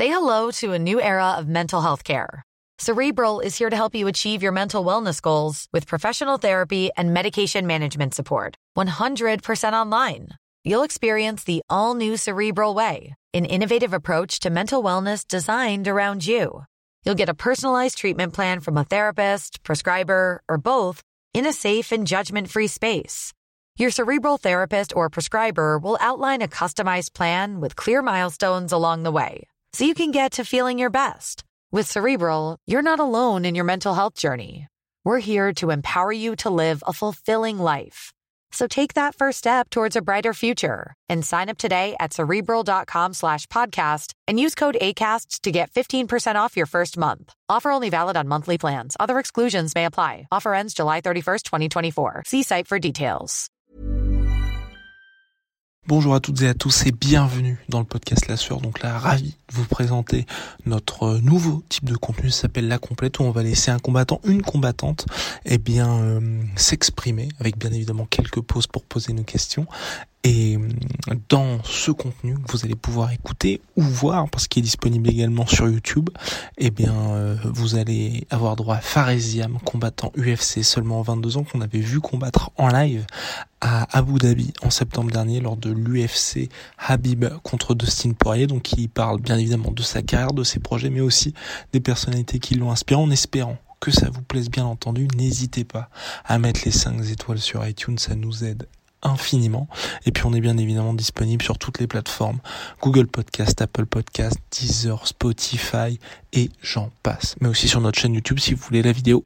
Say hello to a new era of mental health care. Cerebral is here to help you achieve your mental wellness goals with professional therapy and medication management support. 100% online. You'll experience the all-new Cerebral Way, an innovative approach to mental wellness designed around you. You'll get a personalized treatment plan from a therapist, prescriber, or both in a safe and judgment-free space. Your Cerebral therapist or prescriber will outline a customized plan with clear milestones along the way, so you can get to feeling your best. With Cerebral, you're not alone in your mental health journey. We're here to empower you to live a fulfilling life. So take that first step towards a brighter future and sign up today at Cerebral.com/podcast and use code ACAST to get 15% off your first month. Offer only valid on monthly plans. Other exclusions may apply. Offer ends July 31st, 2024. See site for details. Bonjour à toutes et à tous et bienvenue dans le podcast La Sueur. Donc là, ravi de vous présenter notre nouveau type de contenu, ça s'appelle La Complète, où on va laisser un combattant, une combattante, s'exprimer, avec bien évidemment quelques pauses pour poser nos questions. Et dans ce contenu que vous allez pouvoir écouter ou voir, parce qu'il est disponible également sur YouTube, vous allez avoir droit à Faresiam, combattant UFC, seulement 22 ans, qu'on avait vu combattre en live à Abu Dhabi en septembre dernier lors de l'UFC Habib contre Dustin Poirier. Donc il parle bien évidemment de sa carrière, de ses projets, mais aussi des personnalités qui l'ont inspiré, en espérant que ça vous plaise bien entendu. N'hésitez pas à mettre les 5 étoiles sur iTunes, ça nous aide infiniment. Et puis on est bien évidemment disponible sur toutes les plateformes, Google Podcast, Apple Podcast, Deezer, Spotify et j'en passe. Mais aussi sur notre chaîne YouTube si vous voulez la vidéo.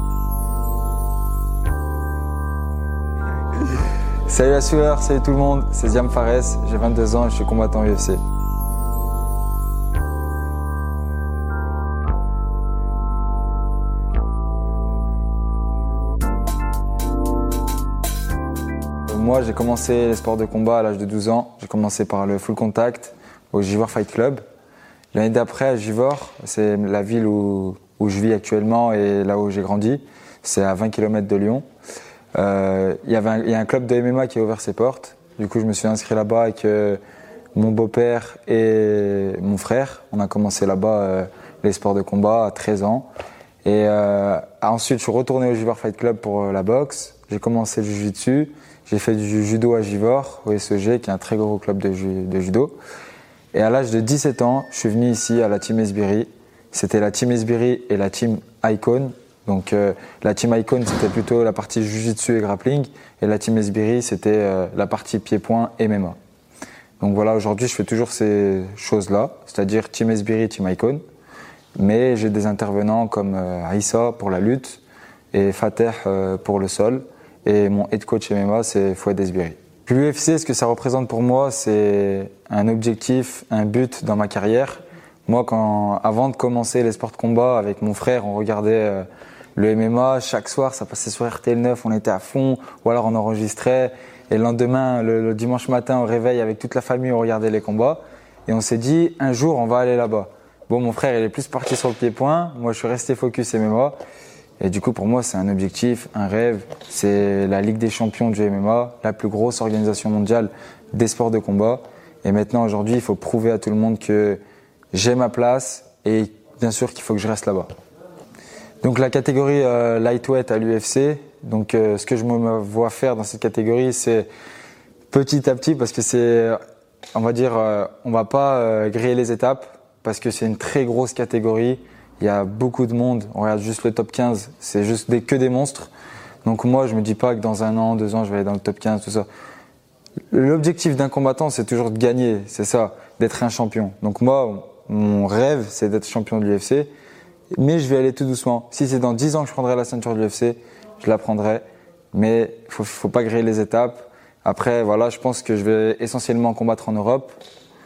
Salut la sueur, salut tout le monde, c'est Ziam Fares, j'ai 22 ans et je suis combattant UFC. Moi, j'ai commencé les sports de combat à l'âge de 12 ans. J'ai commencé par le full contact au Givor Fight Club. L'année d'après, à Givor, c'est la ville où je vis actuellement et là où j'ai grandi. C'est à 20 km de Lyon. Il y a un club de MMA qui a ouvert ses portes. Du coup, je me suis inscrit là-bas avec mon beau-père et mon frère. On a commencé là-bas les sports de combat à 13 ans. Et ensuite, je suis retourné au Givor Fight Club pour la boxe. J'ai commencé le jiu-jitsu. J'ai fait du judo à Givor, au SEG, qui est un très gros club de judo. Et à l'âge de 17 ans, je suis venu ici à la Team Esbiri. C'était la Team Esbiri et la Team Icon. Donc la Team Icon, c'était plutôt la partie jiu-jitsu et grappling. Et la Team Esbiri, c'était la partie pied-point et MMA. Donc voilà, aujourd'hui, je fais toujours ces choses-là, c'est-à-dire Team Esbiri, Team Icon. Mais j'ai des intervenants comme Aïssa pour la lutte et Fateh pour le sol. Et mon head coach MMA, c'est Fouad Esbiri. L'UFC, ce que ça représente pour moi, c'est un objectif, un but dans ma carrière. Moi, avant de commencer les sports de combat avec mon frère, on regardait le MMA. Chaque soir, ça passait sur RTL9, on était à fond, ou alors on enregistrait. Et le lendemain, le dimanche matin, au réveil, avec toute la famille, on regardait les combats. Et on s'est dit, un jour, on va aller là-bas. Bon, mon frère, il est plus parti sur le pied-point. Moi, je suis resté focus MMA. Et du coup, pour moi, c'est un objectif, un rêve. C'est la Ligue des champions du MMA, la plus grosse organisation mondiale des sports de combat. Et maintenant, aujourd'hui, il faut prouver à tout le monde que j'ai ma place et bien sûr qu'il faut que je reste là-bas. Donc la catégorie lightweight à l'UFC, donc ce que je me vois faire dans cette catégorie, c'est petit à petit parce que c'est, on va dire, on va pas griller les étapes parce que c'est une très grosse catégorie. Il y a beaucoup de monde, on regarde juste le top 15, c'est juste que des monstres. Donc moi, je me dis pas que dans 1 an, 2 ans, je vais aller dans le top 15, tout ça. L'objectif d'un combattant, c'est toujours de gagner, c'est ça, d'être un champion. Donc moi, mon rêve, c'est d'être champion de l'UFC, mais je vais aller tout doucement. Si c'est dans 10 ans que je prendrai la ceinture de l'UFC, je la prendrai, mais faut pas griller les étapes. Après, voilà, je pense que je vais essentiellement combattre en Europe,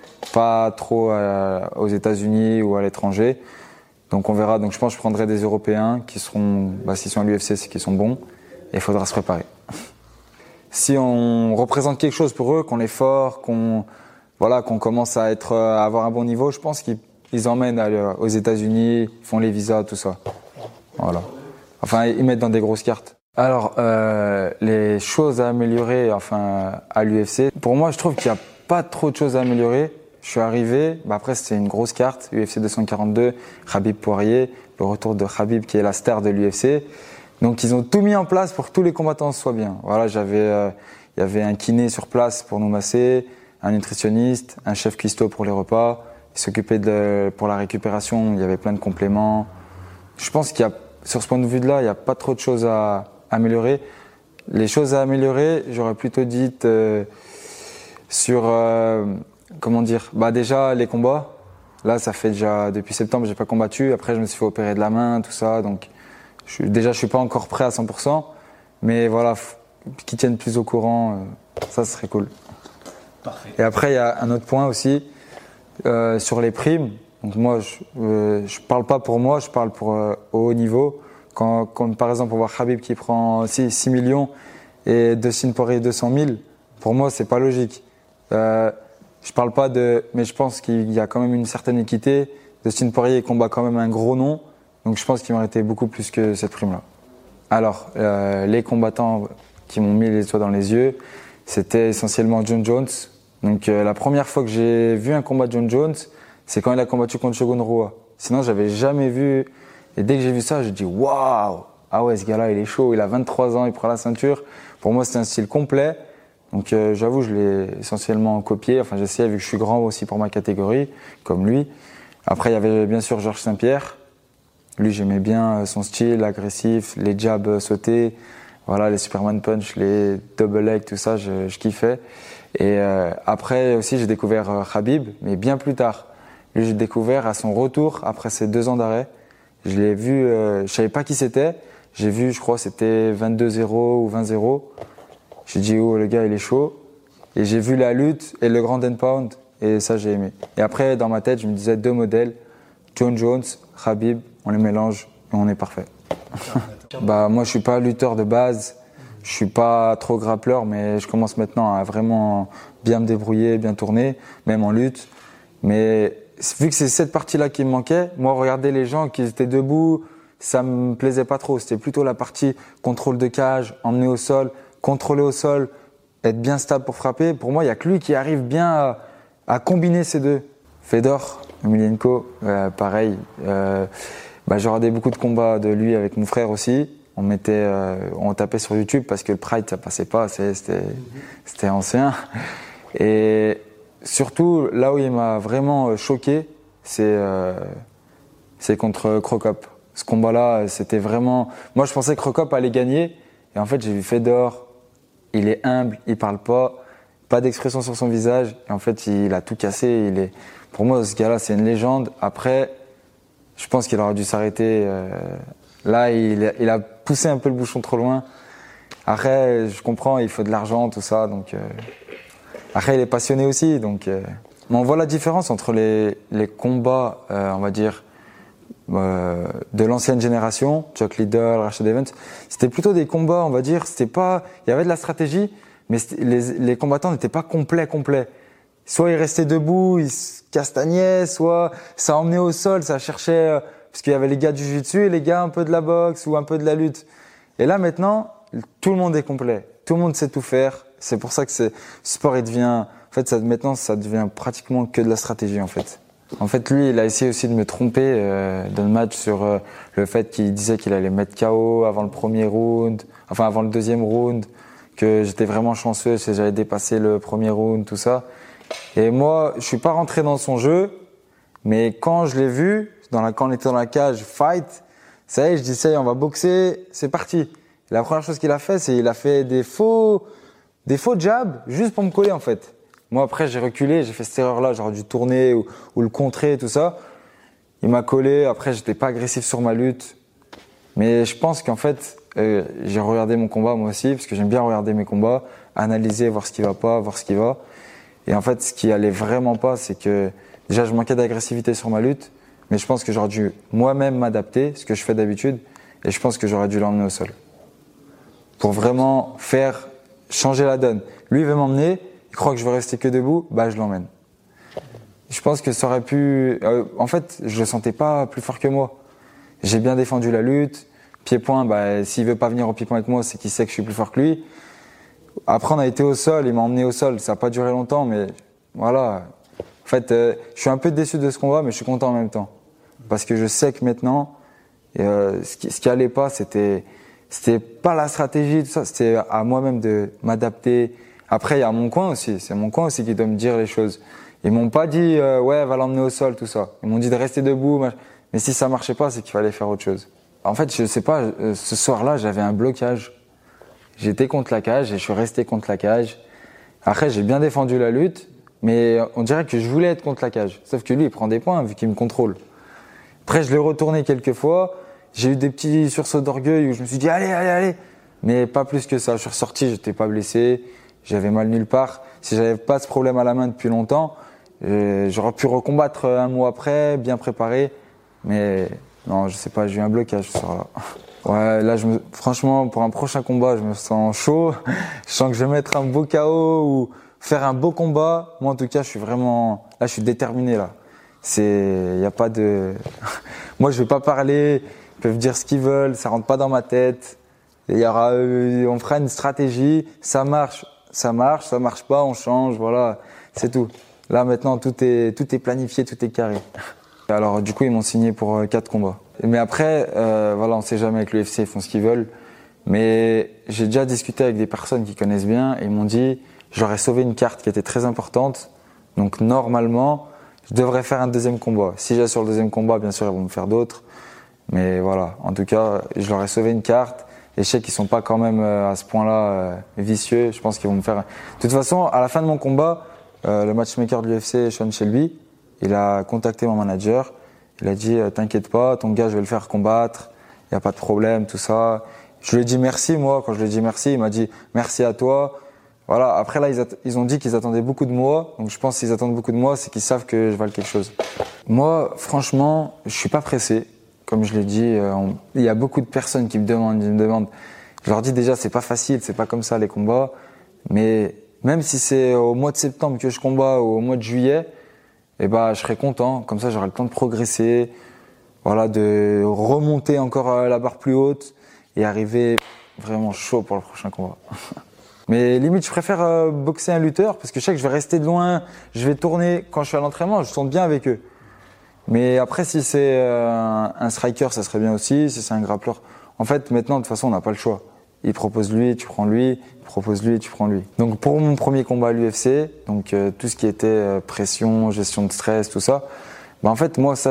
pas trop aux États-Unis ou à l'étranger. Donc on verra. Donc je pense que je prendrai des Européens qui seront, s'ils sont à l'UFC, c'est qu'ils sont bons. Et il faudra se préparer. Si on représente quelque chose pour eux, qu'on est fort, qu'on commence à avoir un bon niveau, je pense qu'ils emmènent aux États-Unis, font les visas, tout ça. Voilà. Enfin, ils mettent dans des grosses cartes. Alors, les choses à améliorer, à l'UFC. Pour moi, je trouve qu'il n'y a pas trop de choses à améliorer. je suis arrivé, après c'était une grosse carte, UFC 242, Khabib Poirier, le retour de Khabib qui est la star de l'UFC. Donc ils ont tout mis en place pour que tous les combattants soient bien. Voilà, il y avait un kiné sur place pour nous masser, un nutritionniste, un chef cuistot pour les repas, ils s'occupaient pour la récupération, il y avait plein de compléments. Je pense sur ce point de vue-là, il n'y a pas trop de choses à améliorer. Les choses à améliorer, j'aurais plutôt dit sur comment dire, déjà les combats. Là, ça fait déjà depuis septembre, j'ai pas combattu. Après, je me suis fait opérer de la main, tout ça. Donc, je suis pas encore prêt à 100%. Mais voilà, qu'ils tiennent plus au courant, ça serait cool. Parfait. Et après, il y a un autre point aussi sur les primes. Donc moi, je parle pas pour moi, je parle pour au haut niveau. Quand par exemple, on voit Khabib qui prend 6 millions et Dustin Poirier 200 000, pour moi, c'est pas logique. Je parle pas mais je pense qu'il y a quand même une certaine équité. Dustin Poirier combat quand même un gros nom, donc je pense qu'il méritait beaucoup plus que cette prime-là. Alors, les combattants qui m'ont mis les étoiles dans les yeux, c'était essentiellement Jon Jones. Donc la première fois que j'ai vu un combat de Jon Jones, c'est quand il a combattu contre Shogun Rua. Sinon, j'avais jamais vu. Et dès que j'ai vu ça, j'ai dit waouh! Ah ouais, ce gars-là, il est chaud. Il a 23 ans, il prend la ceinture. Pour moi, c'est un style complet. Donc j'avoue, je l'ai essentiellement copié. Enfin, j'essayais vu que je suis grand aussi pour ma catégorie, comme lui. Après, il y avait bien sûr Georges Saint-Pierre. Lui, j'aimais bien son style agressif, les jabs sautés, voilà, les Superman Punch, les double leg, tout ça, je kiffais. Et après aussi, j'ai découvert Khabib, mais bien plus tard. Lui, j'ai découvert à son retour après ses 2 ans d'arrêt. Je l'ai vu, je savais pas qui c'était. J'ai vu, je crois, c'était 22-0 ou 20-0. J'ai dit, oh, le gars, il est chaud. Et j'ai vu la lutte et le grand pound. Et ça, j'ai aimé. Et après, dans ma tête, je me disais 2 modèles. Jon Jones, Khabib, on les mélange et on est parfait. Moi, je suis pas lutteur de base. Je suis pas trop grappleur, mais je commence maintenant à vraiment bien me débrouiller, bien tourner, même en lutte. Mais vu que c'est cette partie-là qui me manquait, moi, regarder les gens qui étaient debout, ça me plaisait pas trop. C'était plutôt la partie contrôle de cage, emmener au sol, contrôler au sol, être bien stable pour frapper. Pour moi, il y a que lui qui arrive bien à combiner ces deux. Fedor, Emelianenko, pareil. J'ai regardé beaucoup de combats de lui avec mon frère aussi. On tapait sur YouTube parce que le Pride, ça passait pas, c'était ancien. Et surtout, là où il m'a vraiment choqué, c'est contre Cro Cop. Ce combat-là, c'était vraiment... Moi, je pensais que Cro Cop allait gagner. Et en fait, j'ai vu Fedor, il est humble, il parle pas d'expression sur son visage. Et en fait, il a tout cassé. Pour moi, ce gars-là, c'est une légende. Après, je pense qu'il aurait dû s'arrêter. Là, il a poussé un peu le bouchon trop loin. Après, je comprends, il faut de l'argent, tout ça. Donc, après, il est passionné aussi. Donc, mais on voit la différence entre les combats, on va dire, de l'ancienne génération, Chuck Liddell, Rashad Evans. C'était plutôt des combats, on va dire, il y avait de la stratégie, mais les combattants n'étaient pas complets. Soit ils restaient debout, ils se castagnaient, soit ça emmenait au sol, ça cherchait, parce qu'il y avait les gars du jiu-jitsu et les gars un peu de la boxe ou un peu de la lutte. Et là maintenant, tout le monde est complet, tout le monde sait tout faire. C'est pour ça que ce sport, maintenant, ça devient pratiquement que de la stratégie, en fait. En fait, lui, il a essayé aussi de me tromper dans le match sur le fait qu'il disait qu'il allait mettre KO avant le deuxième round, que j'étais vraiment chanceux si j'avais dépassé le premier round, tout ça. Et moi, je suis pas rentré dans son jeu, mais quand je l'ai vu, quand on était dans la cage, fight, ça y est, je dis ça y est, on va boxer, c'est parti. La première chose qu'il a fait, c'est il a fait des faux jabs juste pour me coller, en fait. Moi, après, j'ai reculé, j'ai fait cette erreur-là, j'aurais dû tourner ou le contrer, tout ça. Il m'a collé, après, j'étais pas agressif sur ma lutte. Mais je pense qu'en fait, j'ai regardé mon combat, moi aussi, parce que j'aime bien regarder mes combats, analyser, voir ce qui va pas, voir ce qui va. Et en fait, ce qui allait vraiment pas, c'est que, déjà, je manquais d'agressivité sur ma lutte, mais je pense que j'aurais dû moi-même m'adapter, ce que je fais d'habitude, et je pense que j'aurais dû l'emmener au sol. Pour vraiment changer la donne. Lui, il veut m'emmener, il croit que je vais rester que debout, je l'emmène. Je pense que ça aurait pu... en fait, je le sentais pas plus fort que moi. J'ai bien défendu la lutte. Pied-point, s'il veut pas venir au pied-point avec moi, c'est qu'il sait que je suis plus fort que lui. Après, on a été au sol, il m'a emmené au sol. Ça n'a pas duré longtemps, mais voilà. En fait, je suis un peu déçu de ce combat, mais je suis content en même temps. Parce que je sais que maintenant, ce qui allait pas, c'était pas la stratégie, tout ça, c'était à moi-même de m'adapter. Après, il y a mon coin aussi. C'est mon coin aussi qui doit me dire les choses. Ils m'ont pas dit, ouais, va l'emmener au sol, tout ça. Ils m'ont dit de rester debout. Mais si ça marchait pas, c'est qu'il fallait faire autre chose. En fait, je sais pas, ce soir-là, j'avais un blocage. J'étais contre la cage et je suis resté contre la cage. Après, j'ai bien défendu la lutte, mais on dirait que je voulais être contre la cage. Sauf que lui, il prend des points vu qu'il me contrôle. Après, je l'ai retourné quelques fois. J'ai eu des petits sursauts d'orgueil où je me suis dit, allez, allez, allez. Mais pas plus que ça. Je suis ressorti, j'étais pas blessé. J'avais mal nulle part. Si j'avais pas ce problème à la main depuis longtemps, j'aurais pu recombattre un mois après, bien préparé. Mais non, je sais pas, j'ai eu un blocage ce soir-là. Ouais, là, franchement, pour un prochain combat, je me sens chaud. Je sens que je vais mettre un beau KO ou faire un beau combat. Moi, en tout cas, je suis déterminé, là. Y a pas de, moi, je vais pas parler. Ils peuvent dire ce qu'ils veulent. Ça rentre pas dans ma tête. On fera une stratégie. Ça marche. Ça marche pas, on change. Voilà. C'est tout. Là, maintenant, tout est planifié, tout est carré. Alors, du coup, ils m'ont signé pour 4 combats. Mais après, voilà, on sait jamais avec l'UFC, ils font ce qu'ils veulent. Mais j'ai déjà discuté avec des personnes qui connaissent bien et ils m'ont dit, j'aurais sauvé une carte qui était très importante. Donc, normalement, je devrais faire un deuxième combat. Si j'ai sur le deuxième combat, bien sûr, ils vont me faire d'autres. Mais voilà, en tout cas, je leur ai sauvé une carte. Et je sais qu'ils sont pas quand même à ce point-là vicieux. Je pense qu'ils vont me faire. De toute façon, à la fin de mon combat, le matchmaker de l'UFC, Sean Shelby, il a contacté mon manager. Il a dit, t'inquiète pas, ton gars, je vais le faire combattre. Il n'y a pas de problème, tout ça. Je lui ai dit merci, moi. Quand je lui ai dit merci, il m'a dit merci à toi. Voilà. Après, là, ils ont dit qu'ils attendaient beaucoup de moi. Donc, je pense qu'ils attendent beaucoup de moi, c'est qu'ils savent que je vale quelque chose. Moi, franchement, je suis pas pressé. Comme je l'ai dit, il y a beaucoup de personnes qui me demandent. Je leur dis déjà, c'est pas facile, c'est pas comme ça les combats. Mais même si c'est au mois de septembre que je combats ou au mois de juillet, eh ben, je serai content. Comme ça, j'aurai le temps de progresser, voilà, de remonter encore la barre plus haute et arriver vraiment chaud pour le prochain combat. Mais limite, je préfère boxer un lutteur parce que je sais que je vais rester de loin, je vais tourner quand je suis à l'entraînement, je tourne bien avec eux. Mais après, si c'est un striker, ça serait bien aussi. Si c'est un grappleur, en fait, maintenant, de toute façon, on n'a pas le choix. Il propose lui, tu prends lui. Il propose lui, tu prends lui. Donc, pour mon premier combat à l'UFC, donc tout ce qui était pression, gestion de stress, tout ça, bah en fait, moi, ça,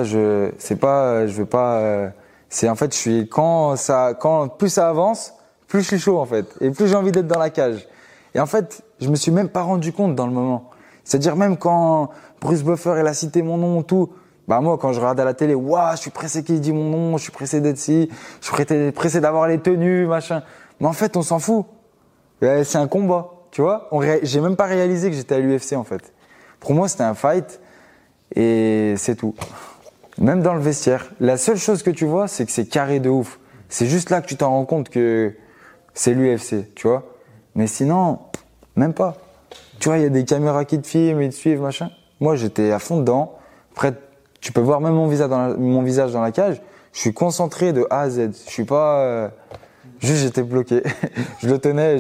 c'est en fait, quand plus ça avance, plus je suis chaud en fait, et plus j'ai envie d'être dans la cage. Et en fait, je me suis même pas rendu compte dans le moment. C'est-à-dire même quand Bruce Buffer il a cité mon nom, tout. Bah moi, quand je regarde à la télé, waouh, je suis pressé qu'il dise mon nom, je suis pressé d'être ici, je suis pressé d'avoir les tenues, machin. Mais en fait, on s'en fout. C'est un combat, tu vois. J'ai même pas réalisé que j'étais à l'UFC en fait. Pour moi, c'était un fight et c'est tout. Même dans le vestiaire, la seule chose que tu vois, c'est que c'est carré de ouf. C'est juste là que tu t'en rends compte que c'est l'UFC, tu vois. Mais sinon, même pas. Tu vois, il y a des caméras qui te filment, ils te suivent, machin. Moi, j'étais à fond dedans. Après, tu peux voir même mon visage dans la cage. Je suis concentré de A à Z. Je suis pas... juste, j'étais bloqué. Je le tenais et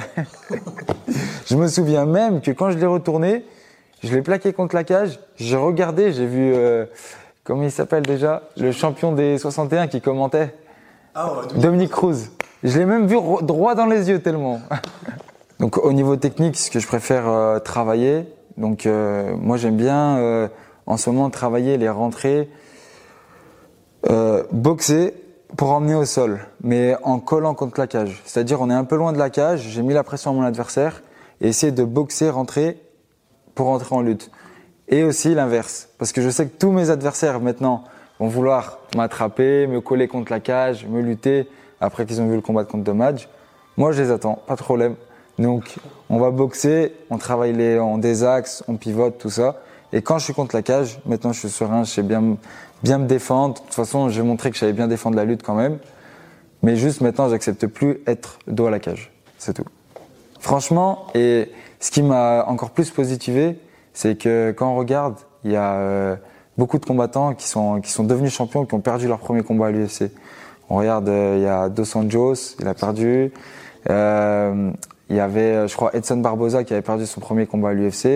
je me souviens même que quand je l'ai retourné, je l'ai plaqué contre la cage. J'ai regardé, j'ai vu... comment il s'appelle déjà ? Le champion des 61 qui commentait. Ah ouais, Dominique Cruz. Je l'ai même vu droit dans les yeux tellement. Donc au niveau technique, ce que je préfère travailler, donc moi j'aime bien en ce moment travailler les rentrées, boxer pour emmener au sol, mais en collant contre la cage. C'est-à-dire on est un peu loin de la cage, j'ai mis la pression à mon adversaire et essayer de boxer, rentrer pour rentrer en lutte. Et aussi l'inverse, parce que je sais que tous mes adversaires maintenant vont vouloir m'attraper, me coller contre la cage, me lutter après qu'ils ont vu le combat contre Dommage. Moi je les attends, pas de problème. Donc on va boxer, on travaille en des axes, on pivote, tout ça. Et quand je suis contre la cage, maintenant je suis serein, je sais bien me défendre. De toute façon, j'ai montré que je savais bien défendre la lutte quand même. Mais juste maintenant, j'accepte plus être dos à la cage. C'est tout. Franchement, et ce qui m'a encore plus positivé, c'est que quand on regarde, il y a beaucoup de combattants qui sont devenus champions, qui ont perdu leur premier combat à l'UFC. On regarde, il y a Dos Anjos, il a perdu. Il y avait, je crois, Edson Barboza qui avait perdu son premier combat à l'UFC.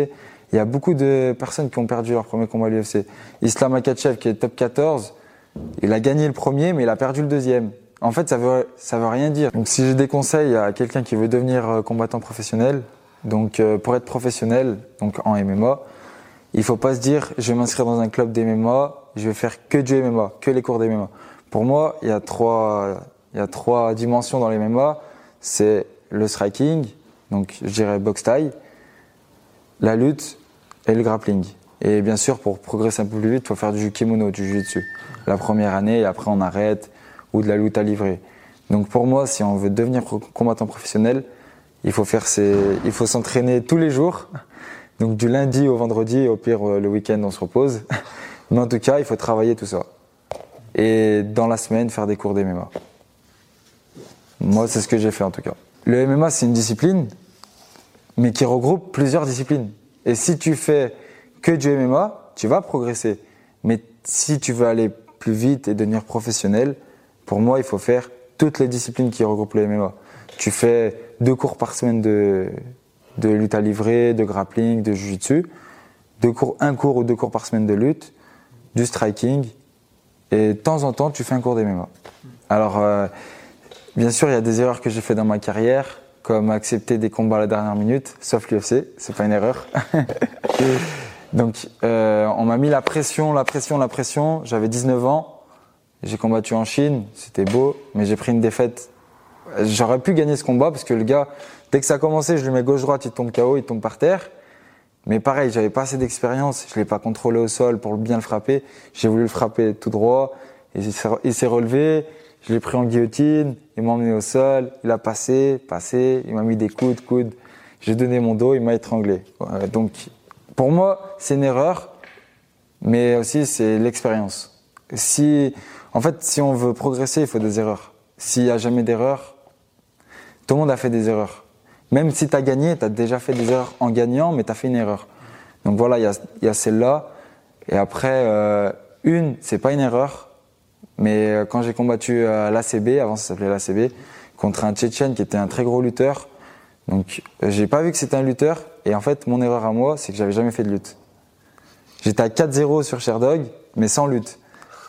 Il y a beaucoup de personnes qui ont perdu leur premier combat à l'UFC. Islam Makhachev, qui est top 14, il a gagné le premier, mais il a perdu le deuxième. En fait, ça veut rien dire. Donc, si j'ai des conseils à quelqu'un qui veut devenir combattant professionnel, donc pour être professionnel, donc en MMA, il faut pas se dire, je vais m'inscrire dans un club d'MMA, je vais faire que du MMA, que les cours d'MMA. Pour moi, il y a trois dimensions dans les MMA. C'est le striking, donc je dirais boxe taille, la lutte et le grappling. Et bien sûr, pour progresser un peu plus vite, il faut faire du kimono, du jiu-jitsu. La première année, et après on arrête, ou de la lutte à livrer. Donc pour moi, si on veut devenir combattant professionnel, il faut s'entraîner tous les jours. Donc du lundi au vendredi, au pire le week-end on se repose. Mais en tout cas, il faut travailler tout ça. Et dans la semaine, faire des cours d'MMA. Moi, c'est ce que j'ai fait en tout cas. Le MMA, c'est une discipline, mais qui regroupe plusieurs disciplines. Et si tu fais que du MMA, tu vas progresser. Mais si tu veux aller plus vite et devenir professionnel, pour moi, il faut faire toutes les disciplines qui regroupent le MMA. Tu fais 2 cours par semaine de lutte à livrer, de grappling, de jiu-jitsu, 1 cours ou 2 cours par semaine de lutte, du striking, et de temps en temps, tu fais un cours d'MMA. Alors, bien sûr, il y a des erreurs que j'ai fait dans ma carrière, comme accepter des combats à la dernière minute, sauf l'UFC, c'est pas une erreur. Donc, on m'a mis la pression. J'avais 19 ans, j'ai combattu en Chine, c'était beau, mais j'ai pris une défaite. J'aurais pu gagner ce combat parce que le gars, dès que ça a commencé, je lui mets gauche-droite, il tombe KO, il tombe par terre. Mais pareil, j'avais pas assez d'expérience, je l'ai pas contrôlé au sol pour bien le frapper. J'ai voulu le frapper tout droit, et il s'est relevé, je l'ai pris en guillotine, il m'a emmené au sol, il a passé, il m'a mis des coudes. J'ai donné mon dos, il m'a étranglé. Donc, pour moi, c'est une erreur, mais aussi c'est l'expérience. En fait, si on veut progresser, il faut des erreurs. S'il n'y a jamais d'erreurs, tout le monde a fait des erreurs. Même si tu as gagné, tu as déjà fait des erreurs en gagnant, mais tu as fait une erreur. Donc voilà, il y a celle-là. Et après, c'est pas une erreur, mais quand j'ai combattu à l'ACB, avant ça s'appelait l'ACB, contre un Tchétchène qui était un très gros lutteur, donc j'ai pas vu que c'était un lutteur, et en fait, mon erreur à moi, c'est que j'avais jamais fait de lutte. J'étais à 4-0 sur Sherdog, mais sans lutte.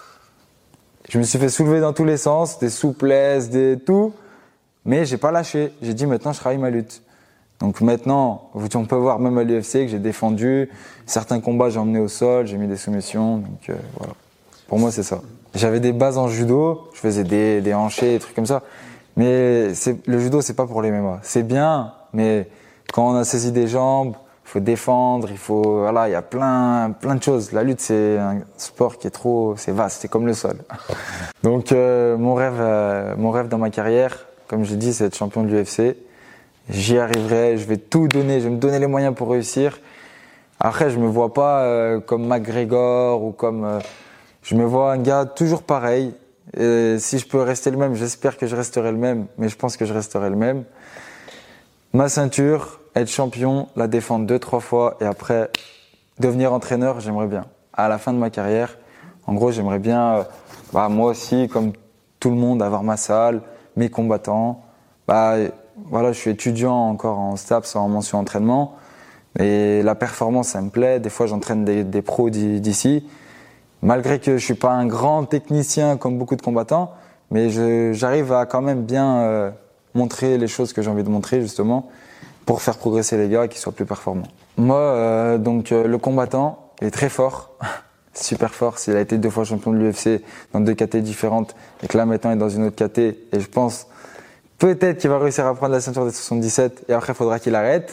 Je me suis fait soulever dans tous les sens, des souplesses, tout. Mais j'ai pas lâché. J'ai dit maintenant je travaille ma lutte. Donc maintenant, on peut voir même à l'UFC que j'ai défendu. Certains combats j'ai emmené au sol, j'ai mis des soumissions. Donc voilà. Pour moi c'est ça. J'avais des bases en judo, je faisais des hanchés, des trucs comme ça. Mais le judo c'est pas pour les MMA. C'est bien, mais quand on a saisi des jambes, il faut défendre, il y a plein de choses. La lutte c'est un sport qui c'est vaste, c'est comme le sol. Donc mon rêve dans ma carrière, comme je dis, c'est être champion de l'UFC. J'y arriverai, je vais tout donner, je vais me donner les moyens pour réussir. Après, je me vois pas comme McGregor ou comme... je me vois un gars toujours pareil. Et si je peux rester le même, j'espère que je resterai le même, mais je pense que je resterai le même. Ma ceinture, être champion, la défendre 2-3 fois et après devenir entraîneur, j'aimerais bien. À la fin de ma carrière, en gros, j'aimerais bien, moi aussi, comme tout le monde, avoir ma salle, mes combattants. Voilà, je suis étudiant encore en STAPS, en mention entraînement. Et la performance, ça me plaît. Des fois, j'entraîne des pros d'ici. Malgré que je suis pas un grand technicien comme beaucoup de combattants, mais j'arrive à quand même bien montrer les choses que j'ai envie de montrer, justement, pour faire progresser les gars et qu'ils soient plus performants. Moi, le combattant, il est très fort. Super fort, il a été 2 fois champion de l'UFC dans 2 catés différentes et que là maintenant il est dans une autre caté et je pense peut-être qu'il va réussir à prendre la ceinture des 77 et après il faudra qu'il arrête.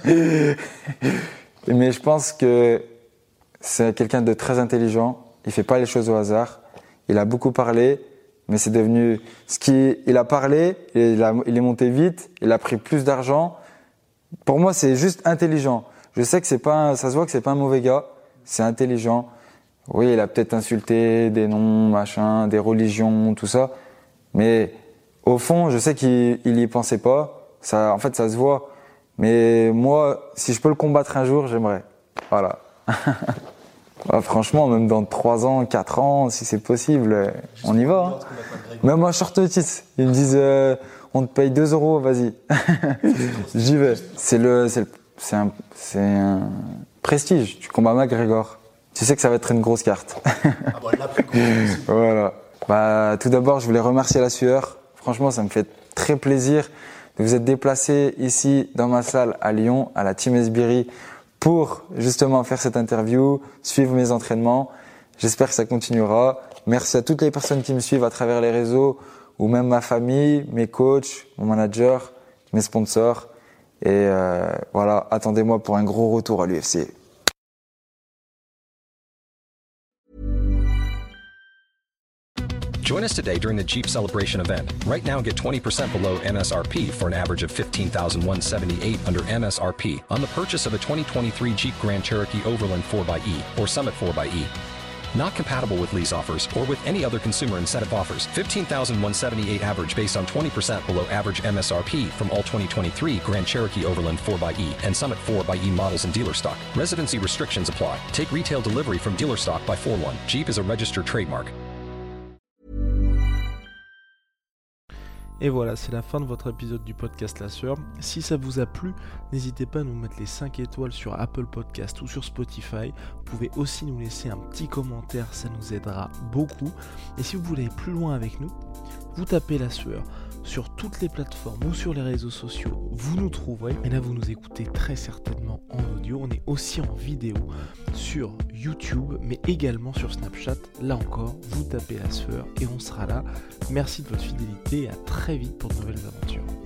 Mais je pense que c'est quelqu'un de très intelligent, il fait pas les choses au hasard, il a beaucoup parlé mais c'est devenu il a parlé, il est monté vite, il a pris plus d'argent. Pour moi c'est juste intelligent. Je sais que ça se voit que c'est pas un mauvais gars, c'est intelligent. Oui, il a peut-être insulté des noms, machin, des religions, tout ça. Mais au fond, je sais qu'il y pensait pas. En fait, ça se voit. Mais moi, si je peux le combattre un jour, j'aimerais. Voilà. Franchement, même dans 3 ans, 4 ans, si c'est possible, on y va. Hein. Même moi, short notice. Ils me disent, on te paye 2 €, vas-y. J'y vais. C'est un prestige. Tu combats McGregor. Tu sais que ça va être une grosse carte. Ah bon, l'après-coup. Voilà. Tout d'abord, je voulais remercier La Sueur. Franchement, ça me fait très plaisir de vous être déplacé ici dans ma salle à Lyon, à la Team Esbiri, pour justement faire cette interview, suivre mes entraînements. J'espère que ça continuera. Merci à toutes les personnes qui me suivent à travers les réseaux, ou même ma famille, mes coachs, mon manager, mes sponsors. Et voilà, attendez-moi pour un gros retour à l'UFC. Join us today during the Jeep Celebration event. Right now, get 20% below MSRP for an average of $15,178 under MSRP on the purchase of a 2023 Jeep Grand Cherokee Overland 4xE or Summit 4xE. Not compatible with lease offers or with any other consumer incentive offers. $15,178 average based on 20% below average MSRP from all 2023 Grand Cherokee Overland 4xE and Summit 4xE models in dealer stock. Residency restrictions apply. Take retail delivery from dealer stock by 4/1. Jeep is a registered trademark. Et voilà, c'est la fin de votre épisode du podcast La Sueur. Si ça vous a plu, n'hésitez pas à nous mettre les 5 étoiles sur Apple Podcast ou sur Spotify. Vous pouvez aussi nous laisser un petit commentaire, ça nous aidera beaucoup. Et si vous voulez aller plus loin avec nous, vous tapez La Sueur sur toutes les plateformes ou sur les réseaux sociaux, vous nous trouverez. Et là, vous nous écoutez très certainement en audio. On est aussi en vidéo sur YouTube, mais également sur Snapchat. Là encore, vous tapez La Sueur et on sera là. Merci de votre fidélité et à très vite pour de nouvelles aventures.